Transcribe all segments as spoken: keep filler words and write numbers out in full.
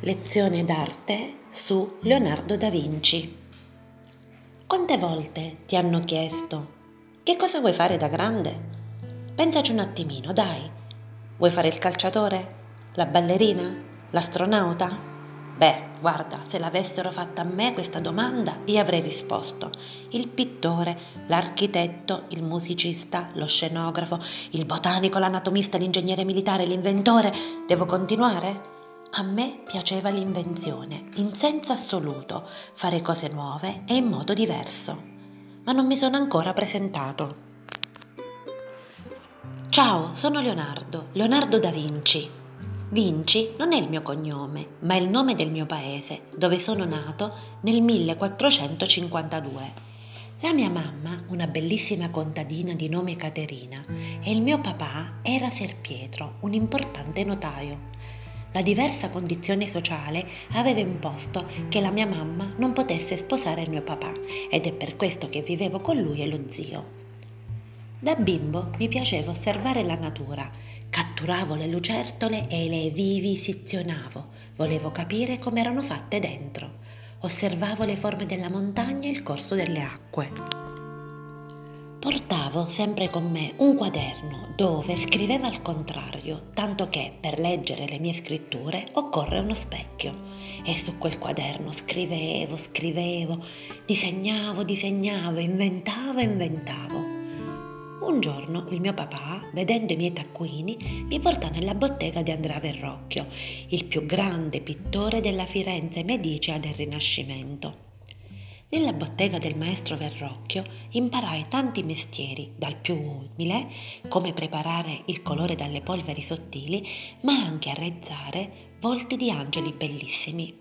Lezione d'arte su Leonardo da Vinci. Quante volte ti hanno chiesto che cosa vuoi fare da grande? Pensaci un attimino, dai. Vuoi fare il calciatore? La ballerina? L'astronauta? Beh, guarda, se l'avessero fatta a me questa domanda, io avrei risposto il pittore, l'architetto, il musicista, lo scenografo, il botanico, l'anatomista, l'ingegnere militare, l'inventore. Devo continuare? A me piaceva l'invenzione, in senso assoluto, fare cose nuove e in modo diverso. Ma non mi sono ancora presentato. Ciao, sono Leonardo, Leonardo da Vinci. Vinci non è il mio cognome, ma è il nome del mio paese, dove sono nato nel millequattrocentocinquantadue. La mia mamma, una bellissima contadina di nome Caterina, e il mio papà era Ser Pietro, un importante notaio. La diversa condizione sociale aveva imposto che la mia mamma non potesse sposare il mio papà ed è per questo che vivevo con lui e lo zio. Da bimbo mi piaceva osservare la natura, catturavo le lucertole e le vivisezionavo, volevo capire come erano fatte dentro, osservavo le forme della montagna e il corso delle acque. Portavo sempre con me un quaderno dove scrivevo al contrario, tanto che per leggere le mie scritture occorre uno specchio. E su quel quaderno scrivevo, scrivevo, disegnavo, disegnavo, inventavo, inventavo. Un giorno il mio papà, vedendo i miei taccuini, mi portò nella bottega di Andrea Verrocchio, il più grande pittore della Firenze Medicea del Rinascimento. Nella bottega del maestro Verrocchio imparai tanti mestieri, dal più umile, come preparare il colore dalle polveri sottili, ma anche a realizzare volti di angeli bellissimi.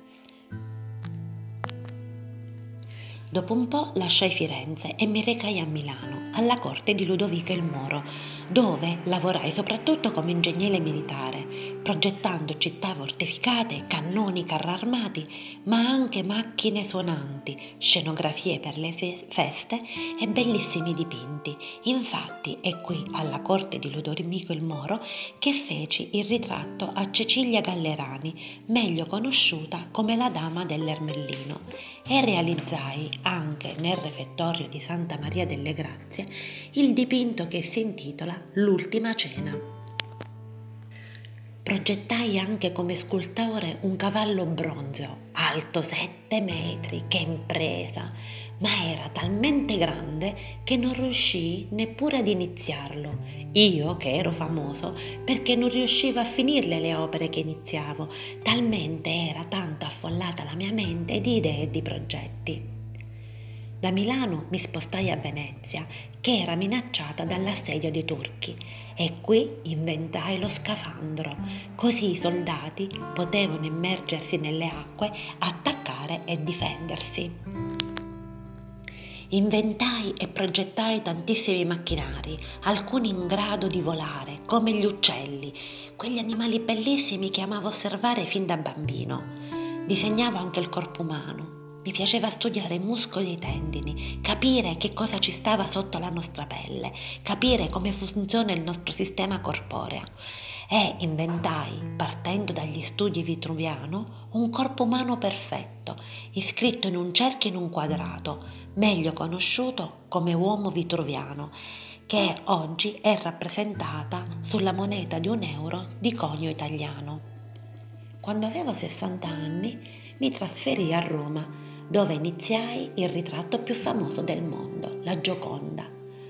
Dopo un po' lasciai Firenze e mi recai a Milano, alla corte di Ludovico il Moro, dove lavorai soprattutto come ingegnere militare, progettando città fortificate, cannoni, carri armati, ma anche macchine suonanti, scenografie per le fe- feste e bellissimi dipinti. Infatti è qui, alla corte di Ludovico il Moro, che feci il ritratto a Cecilia Gallerani, meglio conosciuta come la Dama dell'Ermellino, e realizzai anche nel refettorio di Santa Maria delle Grazie il dipinto che si intitola L'ultima cena. Progettai anche come scultore un cavallo bronzeo, alto sette metri, che impresa, ma era talmente grande che non riuscii neppure ad iniziarlo. Io, che ero famoso, perché non riuscivo a finirle le opere che iniziavo, talmente era tanto affollata la mia mente di idee e di progetti. Da Milano mi spostai a Venezia, che era minacciata dall'assedio dei turchi, e qui inventai lo scafandro, così i soldati potevano immergersi nelle acque, attaccare e difendersi. Inventai e progettai tantissimi macchinari, alcuni in grado di volare, come gli uccelli, quegli animali bellissimi che amavo osservare fin da bambino. Disegnavo anche il corpo umano. Mi piaceva studiare i muscoli e i tendini, capire che cosa ci stava sotto la nostra pelle, capire come funziona il nostro sistema corporeo. E inventai, partendo dagli studi Vitruviano, un corpo umano perfetto, iscritto in un cerchio e in un quadrato, meglio conosciuto come uomo vitruviano, che oggi è rappresentata sulla moneta di un euro di conio italiano. Quando avevo sessanta anni mi trasferii a Roma, dove iniziai il ritratto più famoso del mondo, la Gioconda.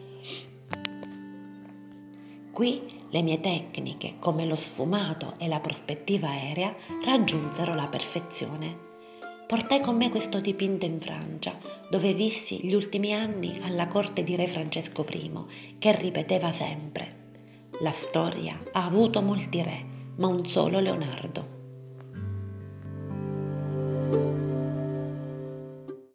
Qui le mie tecniche, come lo sfumato e la prospettiva aerea, raggiunsero la perfezione. Portai con me questo dipinto in Francia, dove vissi gli ultimi anni alla corte di re Francesco primo, che ripeteva sempre: la storia ha avuto molti re, ma un solo Leonardo.